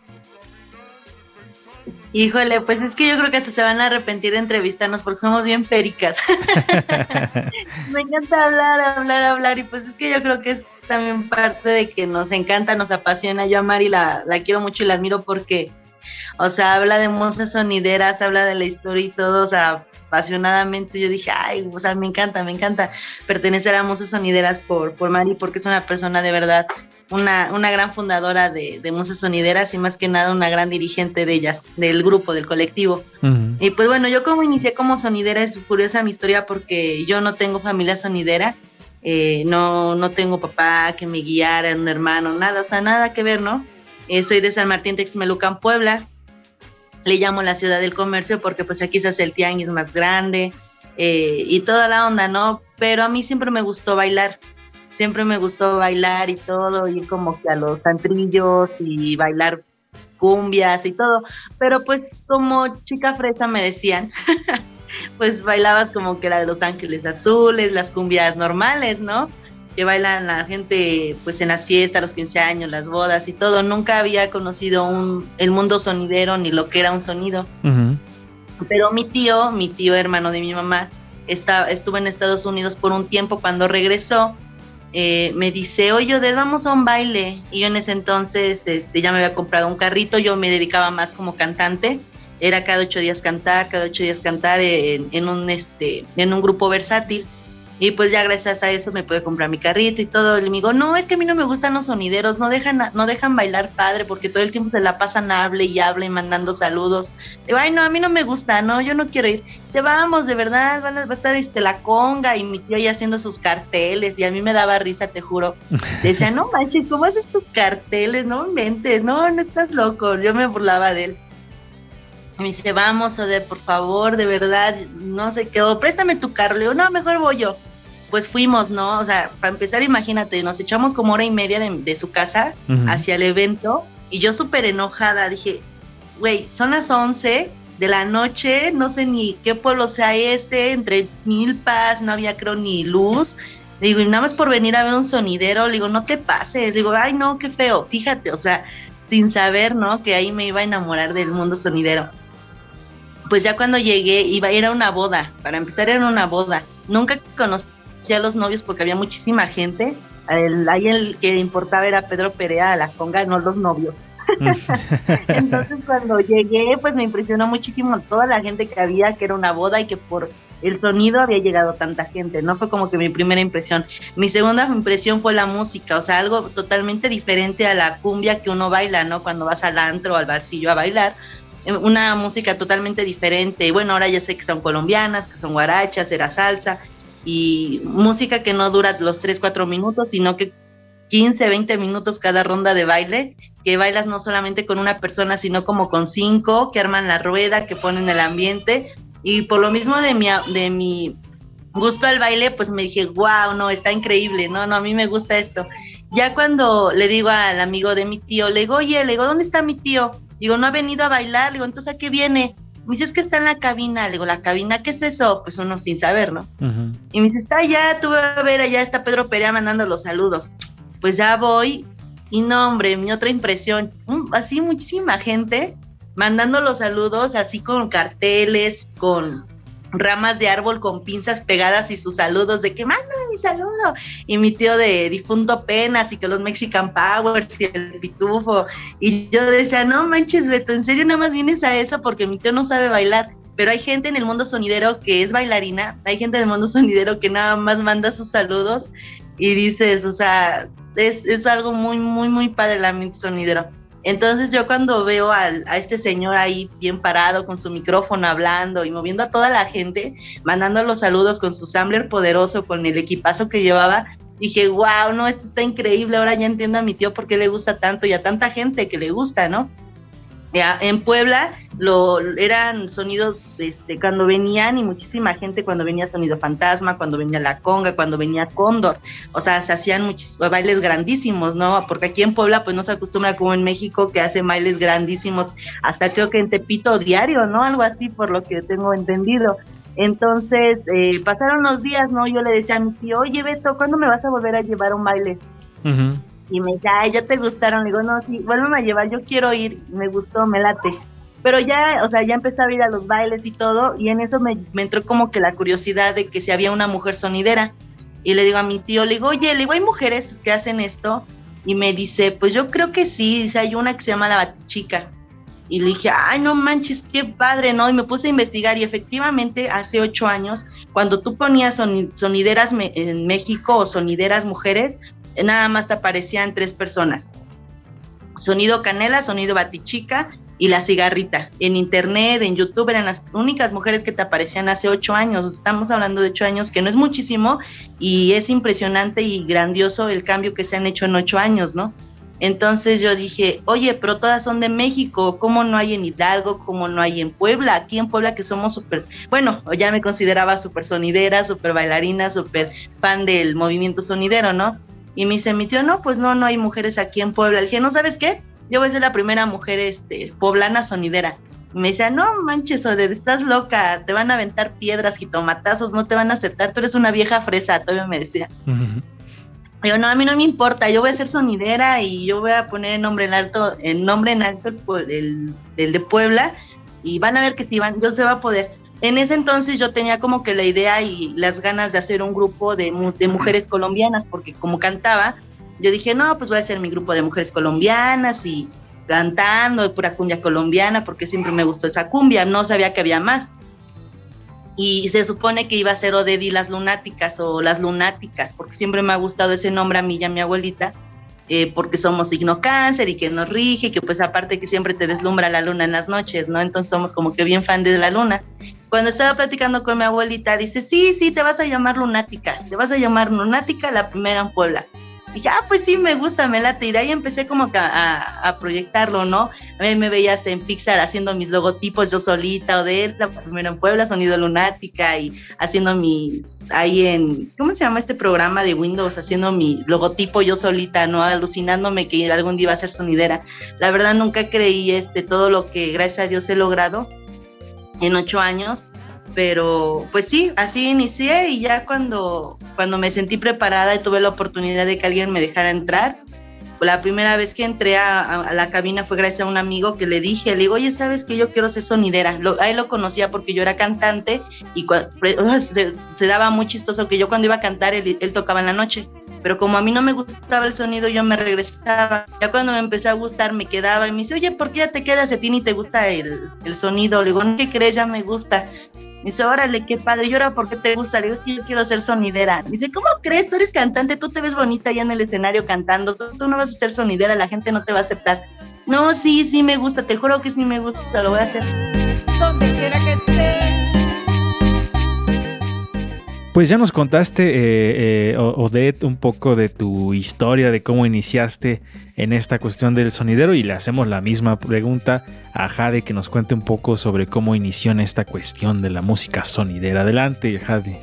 Híjole, pues es que yo creo que hasta se van a arrepentir de entrevistarnos porque somos bien pericas. Me encanta hablar y pues es que yo creo que es también parte de que nos encanta, nos apasiona. Yo a Mari la quiero mucho y la admiro porque, o sea, habla de musas sonideras, habla de la historia y todo, o sea, apasionadamente. Yo dije, ay, o sea, me encanta pertenecer a Musas Sonideras por Mari, porque es una persona de verdad, una gran fundadora de Musas Sonideras y más que nada una gran dirigente de ellas, del grupo, del colectivo. Y pues bueno, yo como inicié como sonidera, es curiosa mi historia porque yo no tengo familia sonidera, no tengo papá que me guiara, un hermano, nada, o sea, nada que ver, ¿no? Soy de San Martín Texmelucan, Puebla. Le llamo la ciudad del comercio porque pues aquí se hace el tianguis más grande y toda la onda, ¿no? Pero a mí siempre me gustó bailar y todo, ir como que a los antrillos y bailar cumbias y todo, pero pues como chica fresa me decían, pues bailabas como que la de Los Ángeles Azules, las cumbias normales, ¿no? Que bailan la gente pues en las fiestas, los 15 años, las bodas y todo. Nunca había conocido el mundo sonidero ni lo que era un sonido. Pero mi tío hermano de mi mamá, estuvo en Estados Unidos por un tiempo. Cuando regresó, me dice, oye, Odette, vamos a un baile. Y yo en ese entonces ya me había comprado un carrito. Yo me dedicaba más como cantante. Era cada 8 días cantar en un grupo versátil. Y pues ya gracias a eso me pude comprar mi carrito y todo. Y me digo, no, es que a mí no me gustan los sonideros, no dejan bailar padre porque todo el tiempo se la pasan hable y mandando saludos. Digo, ay, no, a mí no me gusta, no, yo no quiero ir. Dice, vamos, de verdad, va a estar la conga y mi tío ahí haciendo sus carteles y a mí me daba risa, te juro. Decía, no manches, ¿cómo haces tus carteles? No inventes, no estás loco. Yo me burlaba de él. Y me dice, vamos, Odette, por favor, de verdad, no sé qué, préstame tu carro. Le digo, no, mejor voy yo. Pues fuimos, ¿no? O sea, para empezar, imagínate, nos echamos como 1:30 de su casa hacia el evento y yo súper enojada, dije, güey, son las 11 de la noche, no sé ni qué pueblo sea entre milpas, no había creo ni luz. Le digo, y nada más por venir a ver un sonidero, le digo, no te pases, le digo, ay no, qué feo, fíjate, o sea, sin saber, ¿no? Que ahí me iba a enamorar del mundo sonidero. Pues ya cuando llegué, era una boda, para empezar era una boda, nunca conocí a los novios porque había muchísima gente. Ahí el que importaba era Pedro Perea a la conga, no los novios. Entonces cuando llegué pues me impresionó muchísimo toda la gente que había, que era una boda y que por el sonido había llegado tanta gente, no fue como que mi primera impresión. Mi segunda impresión fue la música, o sea, algo totalmente diferente a la cumbia que uno baila, ¿no? Cuando vas al antro o al barcillo a bailar, una música totalmente diferente. Bueno, ahora ya sé que son colombianas, que son guarachas, era salsa y música que no dura los 3-4 minutos, sino que 15-20 minutos cada ronda de baile, que bailas no solamente con una persona, sino como con 5, que arman la rueda, que ponen el ambiente, y por lo mismo de mi gusto al baile, pues me dije, wow, no, está increíble, no, a mí me gusta esto. Ya cuando le digo al amigo de mi tío, le digo, oye, ¿dónde está mi tío? Digo, no ha venido a bailar. Le digo, entonces, ¿a qué viene? Me dice, es que está en la cabina. Le digo, ¿la cabina qué es eso? Pues uno sin saber, ¿no? Uh-huh. Y me dice, está allá, tú vas a ver, allá está Pedro Perea mandando los saludos. Pues ya voy, y no, hombre, mi otra impresión, así muchísima gente mandando los saludos, así con carteles, con ramas de árbol con pinzas pegadas y sus saludos de que mándame mi saludo, y mi tío de difunto Penas y que los Mexican Powers y el Pitufo, y yo decía, no manches Beto, ¿en serio nada más vienes a eso? Porque mi tío no sabe bailar. Pero hay gente en el mundo sonidero que es bailarina, hay gente en el mundo sonidero que nada más manda sus saludos y dices, o sea, es algo muy, muy, muy padre el ambiente sonidero. Entonces yo cuando veo a este señor ahí bien parado con su micrófono hablando y moviendo a toda la gente, mandando los saludos con su sampler poderoso, con el equipazo que llevaba, dije, wow, no, esto está increíble, ahora ya entiendo a mi tío por qué le gusta tanto y a tanta gente que le gusta, ¿no? Ya, en Puebla eran sonidos cuando venían, y muchísima gente cuando venía Sonido Fantasma, cuando venía La Conga, cuando venía Cóndor, o sea, se hacían muchos bailes grandísimos, ¿no? Porque aquí en Puebla pues no se acostumbra como en México, que hacen bailes grandísimos, hasta creo que en Tepito diario, ¿no? Algo así por lo que tengo entendido. Entonces pasaron los días, ¿no? Yo le decía a mi tío, oye Beto, ¿cuándo me vas a volver a llevar un baile? Uh-huh. Y me dice, ay, ¿ya te gustaron? Le digo, no, sí, vuélveme a llevar, yo quiero ir, me gustó, me late. Pero ya, o sea, ya empecé a ir a los bailes y todo, y en eso me entró como que la curiosidad de que si había una mujer sonidera. Y le digo a mi tío, le digo, oye, le digo, ¿hay mujeres que hacen esto? Y me dice, pues yo creo que sí, dice, hay una que se llama La Batichica. Y le dije, ay, no manches, qué padre, ¿no? Y me puse a investigar, y efectivamente, hace 8 años, cuando tú ponías sonideras en México, o sonideras mujeres, nada más te aparecían 3 personas: Sonido Canela, Sonido Batichica y La Cigarrita. En internet, en YouTube, eran las únicas mujeres que te aparecían hace 8 años. Estamos hablando de 8 años, que no es muchísimo, y es impresionante y grandioso el cambio que se han hecho en 8 años, ¿no? Entonces yo dije, oye, pero todas son de México, ¿cómo no hay en Hidalgo? ¿Cómo no hay en Puebla? Aquí en Puebla, que somos súper, bueno, ya me consideraba súper sonidera, súper bailarina, súper fan del movimiento sonidero, ¿no? Y me dice mi tío, no, pues no hay mujeres aquí en Puebla. Le dije, ¿no sabes qué? Yo voy a ser la primera mujer poblana sonidera. Y me decía, no manches, Odette, estás loca, te van a aventar piedras, jitomatazos, no te van a aceptar, tú eres una vieja fresa, todavía me decía. Uh-huh. Digo, no, a mí no me importa, yo voy a ser sonidera y yo voy a poner el nombre en alto el de Puebla, y van a ver que si van, yo se va a poder. En ese entonces yo tenía como que la idea y las ganas de hacer un grupo de mujeres colombianas, porque como cantaba, yo dije, no, pues voy a hacer mi grupo de mujeres colombianas y cantando pura cumbia colombiana, porque siempre me gustó esa cumbia, no sabía que había más. Y se supone que iba a ser Odette y las Lunáticas, o las Lunáticas, porque siempre me ha gustado ese nombre a mí y a mi abuelita, porque somos signo Cáncer y que nos rige, que pues aparte que siempre te deslumbra la luna en las noches, ¿no? Entonces somos como que bien fan de la luna. Cuando estaba platicando con mi abuelita, dice, sí, te vas a llamar Lunática, la primera en Puebla. Y ya, pues sí, me gusta, me late. Y de ahí empecé como que a proyectarlo, ¿no? A mí me veías en Pixar haciendo mis logotipos yo solita, o de la primera en Puebla, Sonido Lunática, y haciendo ahí en, ¿cómo se llama este programa de Windows? Haciendo mi logotipo yo solita, ¿no? Alucinándome que algún día iba a ser sonidera. La verdad nunca creí todo lo que gracias a Dios he logrado en 8 años. Pero pues sí, así inicié, y ya cuando me sentí preparada y tuve la oportunidad de que alguien me dejara entrar, la primera vez que entré a la cabina fue gracias a un amigo que le digo, oye, ¿sabes que yo quiero ser sonidera? A él lo conocía porque yo era cantante, y se daba muy chistoso que yo cuando iba a cantar, él tocaba en la noche. Pero como a mí no me gustaba el sonido, yo me regresaba. Ya cuando me empezó a gustar, me quedaba, y me dice, oye, ¿por qué ya te quedas a ti ni te gusta el sonido? Le digo, no, ¿qué crees? Ya me gusta. Me dice, órale, qué padre. Y ahora, ¿por qué te gusta? Le digo, es que yo quiero ser sonidera. Me dice, ¿cómo crees? Tú eres cantante, tú te ves bonita allá en el escenario cantando, tú no vas a ser sonidera, la gente no te va a aceptar. No, sí me gusta, te juro que sí me gusta, lo voy a hacer. Donde quiera que estés. Pues ya nos contaste, Odette, un poco de tu historia, de cómo iniciaste en esta cuestión del sonidero, y le hacemos la misma pregunta a Jade, que nos cuente un poco sobre cómo inició en esta cuestión de la música sonidera. Adelante, Jade.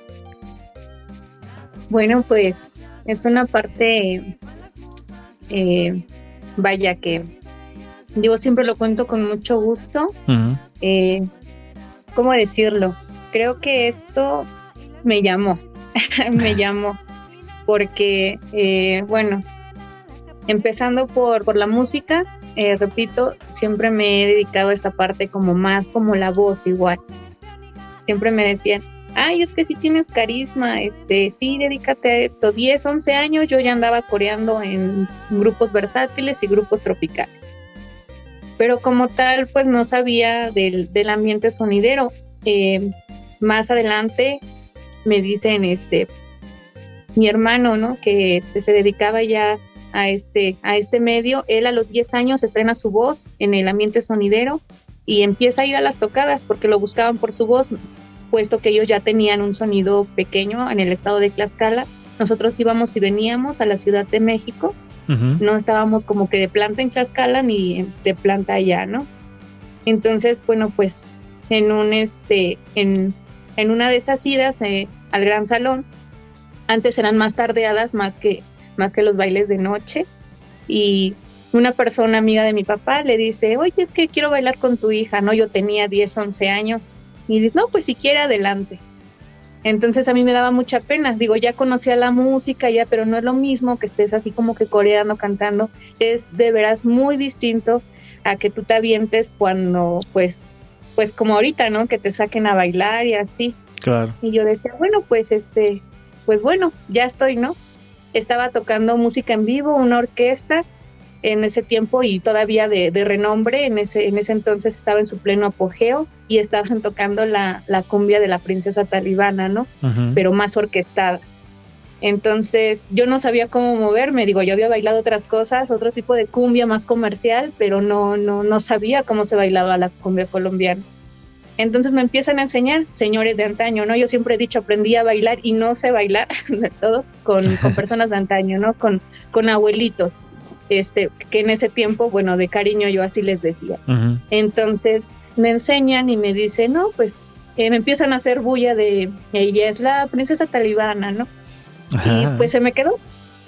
Bueno, pues es una parte, vaya que Digo, siempre lo cuento con mucho gusto. Ujú. ¿Cómo decirlo? Creo que esto me llamó, me llamó, porque, bueno, empezando por la música, repito, siempre me he dedicado a esta parte como más como la voz igual. Siempre me decían, ay, es que sí tienes carisma, sí, dedícate a esto. 10, 11 años yo ya andaba coreando en grupos versátiles y grupos tropicales. Pero como tal, pues no sabía del ambiente sonidero. Más adelante me dicen, mi hermano, ¿no? Que se dedicaba ya a este medio. Él a los 10 años estrena su voz en el ambiente sonidero y empieza a ir a las tocadas porque lo buscaban por su voz, puesto que ellos ya tenían un sonido pequeño en el estado de Tlaxcala. Nosotros íbamos y veníamos a la Ciudad de México. Uh-huh. No estábamos como que de planta en Tlaxcala ni de planta allá, ¿no? Entonces, bueno, pues en una de esas idas al Gran Salón, antes eran más tardeadas más que los bailes de noche, y una persona amiga de mi papá le dice, oye, es que quiero bailar con tu hija, ¿no? Yo tenía 10, 11 años, y dice, no, pues si quiere, adelante. Entonces a mí me daba mucha pena, digo, ya conocía la música, ya, pero no es lo mismo que estés así como que coreando, cantando, es de veras muy distinto a que tú te avientes cuando, pues como ahorita, ¿no? Que te saquen a bailar y así. Claro. Y yo decía, bueno, pues pues bueno, ya estoy, ¿no? Estaba tocando música en vivo, una orquesta en ese tiempo y todavía de renombre, en ese entonces estaba en su pleno apogeo y estaban tocando la cumbia de la princesa talibana, ¿no? Uh-huh. Pero más orquestada. Entonces yo no sabía cómo moverme, digo, yo había bailado otras cosas, otro tipo de cumbia más comercial, pero no sabía cómo se bailaba la cumbia colombiana. Entonces me empiezan a enseñar, señores de antaño, ¿no? Yo siempre he dicho, aprendí a bailar y no sé bailar de todo con personas de antaño, ¿no? Con abuelitos, que en ese tiempo, bueno, de cariño yo así les decía. Uh-huh. Entonces me enseñan y me dicen, no, pues me empiezan a hacer bulla de, ella es la princesa talibana, ¿no? Ajá. Y pues se me quedó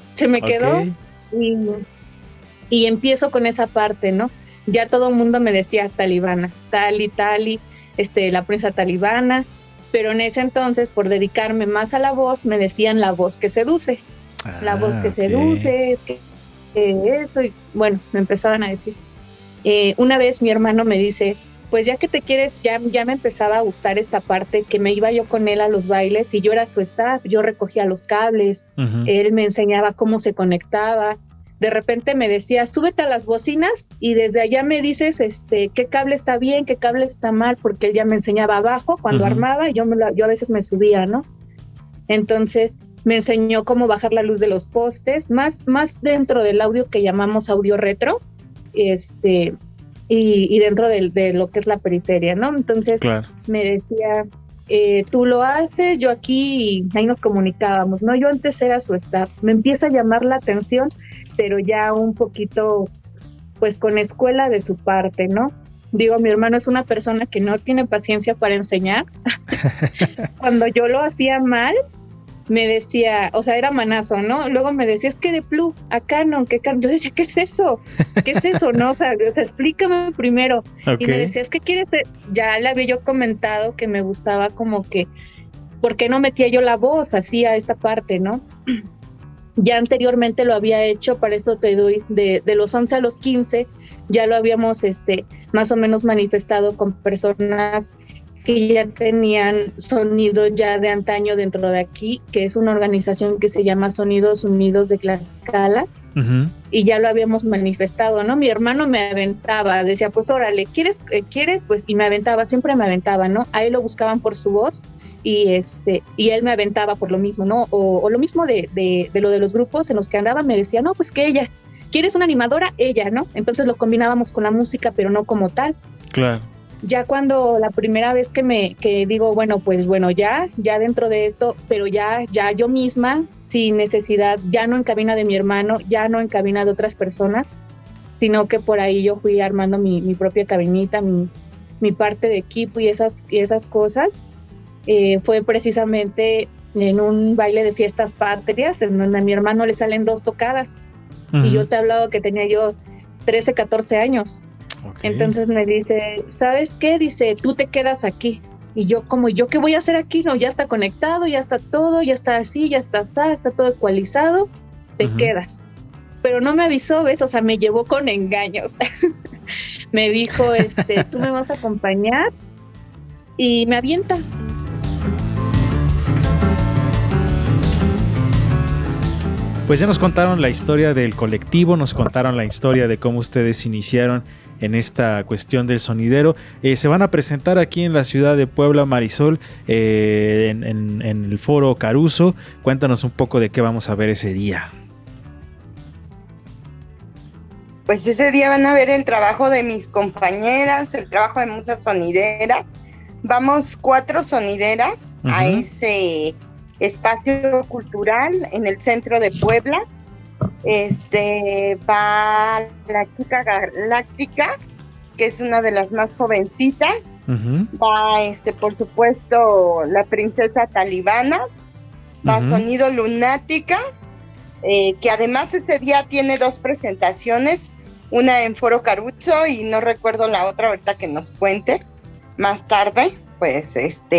y empiezo con esa parte, ¿no? Ya todo el mundo me decía talibana, tali, la princesa talibana, pero en ese entonces, por dedicarme más a la voz, me decían la voz que seduce, la voz que seduce, esto, y bueno, me empezaban a decir. Una vez mi hermano me dice, pues ya que te quieres, ya me empezaba a gustar esta parte, que me iba yo con él a los bailes y yo era su staff, yo recogía los cables, uh-huh. Él me enseñaba cómo se conectaba, de repente me decía, súbete a las bocinas y desde allá me dices qué cable está bien, qué cable está mal, porque él ya me enseñaba abajo cuando uh-huh. armaba y yo a veces me subía, ¿no? Entonces me enseñó cómo bajar la luz de los postes, más dentro del audio que llamamos audio retro, y dentro de lo que es la periferia, ¿no? Entonces claro. Me decía, tú lo haces, yo aquí, y ahí nos comunicábamos, ¿no? Yo antes era su staff, me empieza a llamar la atención, pero ya un poquito, pues con escuela de su parte, ¿no? Digo, mi hermano es una persona que no tiene paciencia para enseñar. Cuando yo lo hacía mal, me decía, o sea, era manazo, ¿no? Luego me decía, es que de Plu, acá no, que yo decía, ¿qué es eso? ¿Qué es eso, no? O sea, explícame primero. Okay. Y me decía, es que quieres ser, ya le había yo comentado que me gustaba como que, ¿por qué no metía yo la voz así a esta parte, no? Ya anteriormente lo había hecho, para esto te doy, de los 11 a los 15, ya lo habíamos más o menos manifestado con personas que ya tenían sonidos ya de antaño dentro de aquí, que es una organización que se llama Sonidos Unidos de Tlaxcala, uh-huh. Y ya lo habíamos manifestado, ¿no? Mi hermano me aventaba, decía, pues órale, ¿quieres? Pues, y me aventaba, siempre me aventaba, ¿no? A él lo buscaban por su voz, y él me aventaba por lo mismo, ¿no? O lo mismo de lo de los grupos en los que andaba, me decía, no, pues que ella, ¿quieres una animadora? Ella, ¿no? Entonces lo combinábamos con la música, pero no como tal. Claro. Ya cuando la primera vez que digo, bueno, pues bueno, ya dentro de esto, pero ya yo misma, sin necesidad, ya no en cabina de mi hermano, ya no en cabina de otras personas, sino que por ahí yo fui armando mi propia cabinita, mi parte de equipo y esas cosas. Fue precisamente en un baile de fiestas patrias, en donde a mi hermano le salen 2 tocadas, uh-huh. Y yo te he hablado que tenía yo 13, 14 años. Okay. Entonces me dice, ¿sabes qué? Dice, tú te quedas aquí. Y yo, ¿yo qué voy a hacer aquí? No, ya está conectado, ya está todo, ya está así, ya está todo ecualizado, te quedas. Pero no me avisó, ¿ves? O sea, me llevó con engaños. Me dijo, tú me vas a acompañar, y me avienta. Pues ya nos contaron la historia del colectivo, nos contaron la historia de cómo ustedes iniciaron en esta cuestión del sonidero. Se van a presentar aquí en la ciudad de Puebla, Marisol, en el Foro Caruso. Cuéntanos un poco de qué vamos a ver ese día. Pues ese día van a ver el trabajo de mis compañeras, el trabajo de musas sonideras. Vamos 4 sonideras a ese espacio cultural en el centro de Puebla. Va la chica galáctica, que es una de las más jovencitas. Va, por supuesto, la princesa talibana. Va Sonido Lunática, que además ese día tiene 2 presentaciones, una en Foro Caruso y no recuerdo la otra ahorita que nos cuente más tarde, pues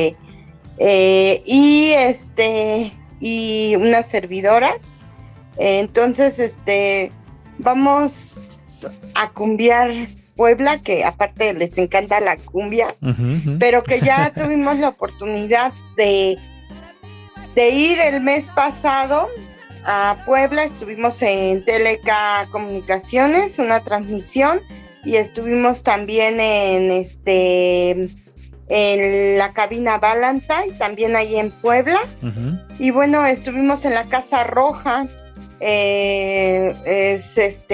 y una servidora. Entonces vamos a cumbiar Puebla, que aparte les encanta la cumbia, pero que ya tuvimos la oportunidad de ir el mes pasado a Puebla. Estuvimos en Teleca Comunicaciones, una transmisión, y estuvimos también en la cabina Valentine, también ahí en Puebla. Y bueno, estuvimos en la Casa Roja. Es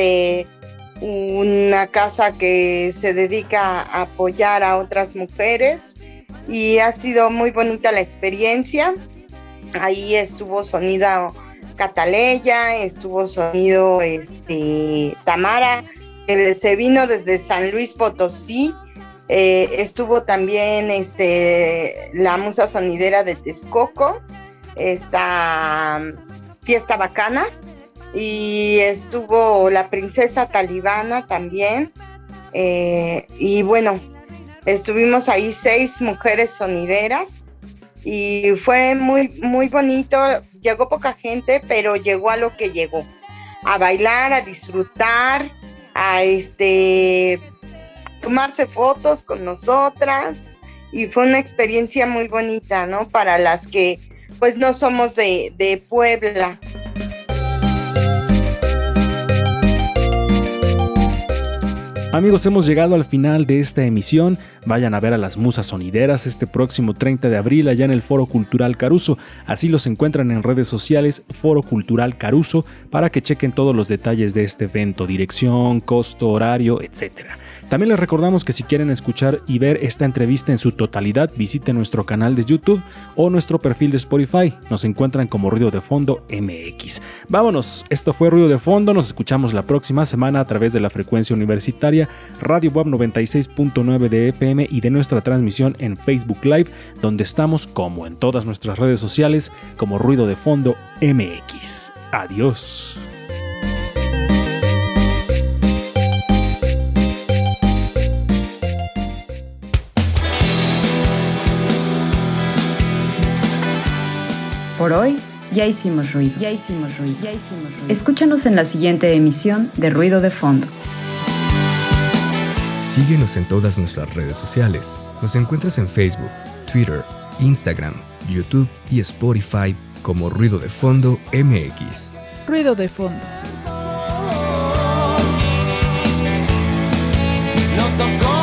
una casa que se dedica a apoyar a otras mujeres, y ha sido muy bonita la experiencia. Ahí estuvo sonido Cataleya, estuvo sonido Tamara, que se vino desde San Luis Potosí. Estuvo también la musa sonidera de Texcoco, esta Fiesta Bacana, y estuvo la princesa talibana también, y bueno, estuvimos ahí 6 mujeres sonideras, y fue muy, muy bonito. Llegó poca gente, pero llegó a lo que llegó, a bailar, a disfrutar, a tomarse fotos con nosotras, y fue una experiencia muy bonita, ¿no? Para las que pues no somos de Puebla. Amigos, hemos llegado al final de esta emisión. Vayan a ver a las musas sonideras este próximo 30 de abril allá en el Foro Cultural Caruso. Así los encuentran en redes sociales, Foro Cultural Caruso, para que chequen todos los detalles de este evento, dirección, costo, horario, etc. También les recordamos que si quieren escuchar y ver esta entrevista en su totalidad, visiten nuestro canal de YouTube o nuestro perfil de Spotify. Nos encuentran como Ruido de Fondo MX. Vámonos, esto fue Ruido de Fondo. Nos escuchamos la próxima semana a través de la frecuencia universitaria Radio Web 96.9 de FM y de nuestra transmisión en Facebook Live, donde estamos, como en todas nuestras redes sociales, como Ruido de Fondo MX. Adiós. Por hoy, ya hicimos ruido. Escúchanos en la siguiente emisión de Ruido de Fondo. Síguenos en todas nuestras redes sociales. Nos encuentras en Facebook, Twitter, Instagram, YouTube y Spotify como Ruido de Fondo MX. Ruido de Fondo. No tocó